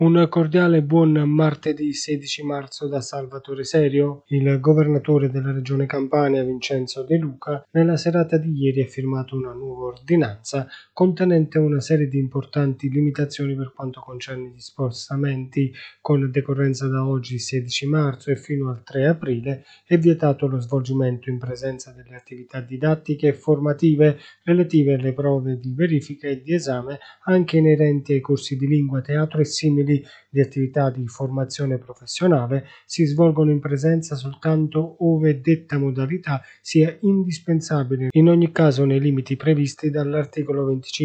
Un cordiale buon martedì 16 marzo da Salvatore Serio. Il governatore della regione Campania, Vincenzo De Luca, nella serata di ieri ha firmato una nuova ordinanza contenente una serie di importanti limitazioni per quanto concerne gli spostamenti. Con decorrenza da oggi 16 marzo e fino al 3 aprile è vietato lo svolgimento in presenza delle attività didattiche e formative relative alle prove di verifica e di esame, anche inerenti ai corsi di lingua, teatro e simili. Di attività di formazione professionale si svolgono in presenza soltanto ove detta modalità sia indispensabile, in ogni caso nei limiti previsti dall'articolo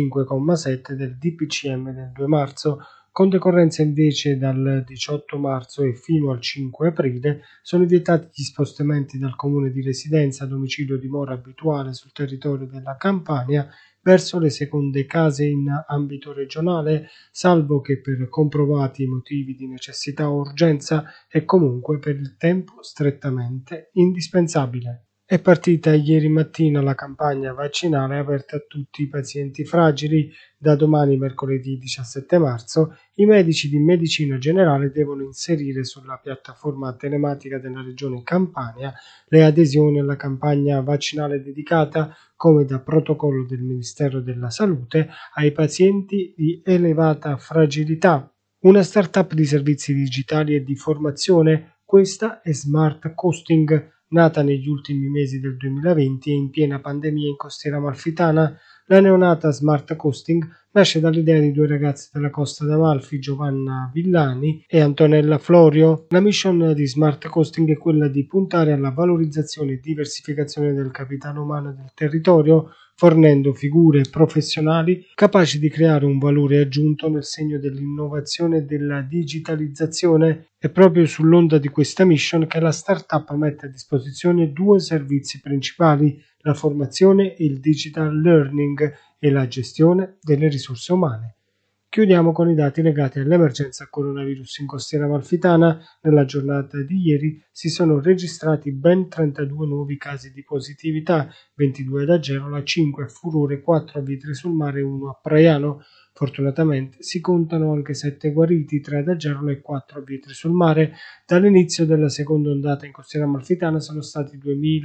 25,7 del DPCM del 2 marzo. Con decorrenza invece dal 18 marzo e fino al 5 aprile sono vietati gli spostamenti dal comune di residenza a domicilio dimora abituale sul territorio della Campania verso le seconde case in ambito regionale, salvo che per comprovati motivi di necessità o urgenza e comunque per il tempo strettamente indispensabile. È partita ieri mattina la campagna vaccinale aperta a tutti i pazienti fragili. Da domani, mercoledì 17 marzo, i medici di medicina generale devono inserire sulla piattaforma telematica della regione Campania le adesioni alla campagna vaccinale dedicata, come da protocollo del Ministero della Salute, ai pazienti di elevata fragilità. Una startup di servizi digitali e di formazione, questa è Smart Costing, nata negli ultimi mesi del 2020 e in piena pandemia in Costiera Amalfitana. La neonata Smart Costing nasce dall'idea di due ragazzi della Costa d'Amalfi, Giovanna Villani e Antonella Florio. La mission di Smart Costing è quella di puntare alla valorizzazione e diversificazione del capitale umano del territorio, fornendo figure professionali capaci di creare un valore aggiunto nel segno dell'innovazione e della digitalizzazione. È proprio sull'onda di questa mission che la startup mette a disposizione due servizi principali: la formazione e il digital learning e la gestione delle risorse umane. Chiudiamo con i dati legati all'emergenza coronavirus in Costiera Amalfitana. Nella giornata di ieri si sono registrati ben 32 nuovi casi di positività, 22 ad Agerola, 5 a Furore, 4 a Vitri sul Mare e 1 a Praiano. Fortunatamente si contano anche 7 guariti, 3 ad Agerola e 4 a Vitri sul Mare. Dall'inizio della seconda ondata in Costiera Amalfitana sono stati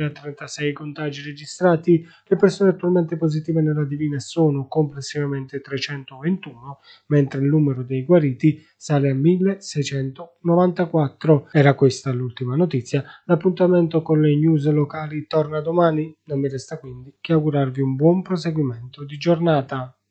2036 contagi registrati. Le persone attualmente positive nella Divina sono complessivamente 321, mentre il numero dei guariti sale a 1694. Era questa l'ultima notizia. L'appuntamento con le news locali torna domani. Non mi resta quindi che augurarvi un buon proseguimento di giornata.